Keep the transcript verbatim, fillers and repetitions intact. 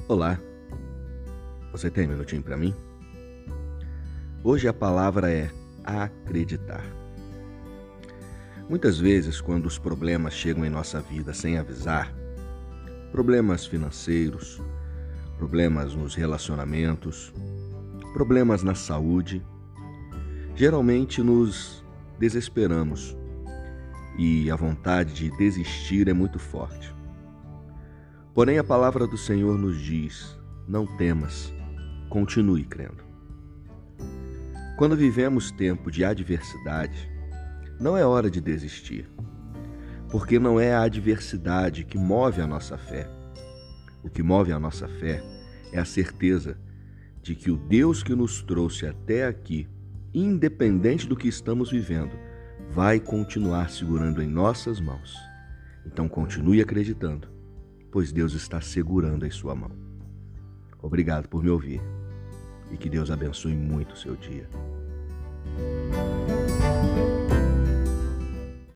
Olá, você tem um minutinho para mim? Hoje a palavra é acreditar. Muitas vezes, quando os problemas chegam em nossa vida sem avisar, problemas financeiros, problemas nos relacionamentos, problemas na saúde, geralmente nos desesperamos e a vontade de desistir é muito forte. Porém, a palavra do Senhor nos diz: não temas, continue crendo. Quando vivemos tempo de adversidade, não é hora de desistir, porque não é a adversidade que move a nossa fé. O que move a nossa fé é a certeza de que o Deus que nos trouxe até aqui, independente do que estamos vivendo, vai continuar segurando em nossas mãos. Então continue acreditando, pois Deus está segurando em sua mão. Obrigado por me ouvir e que Deus abençoe muito o seu dia.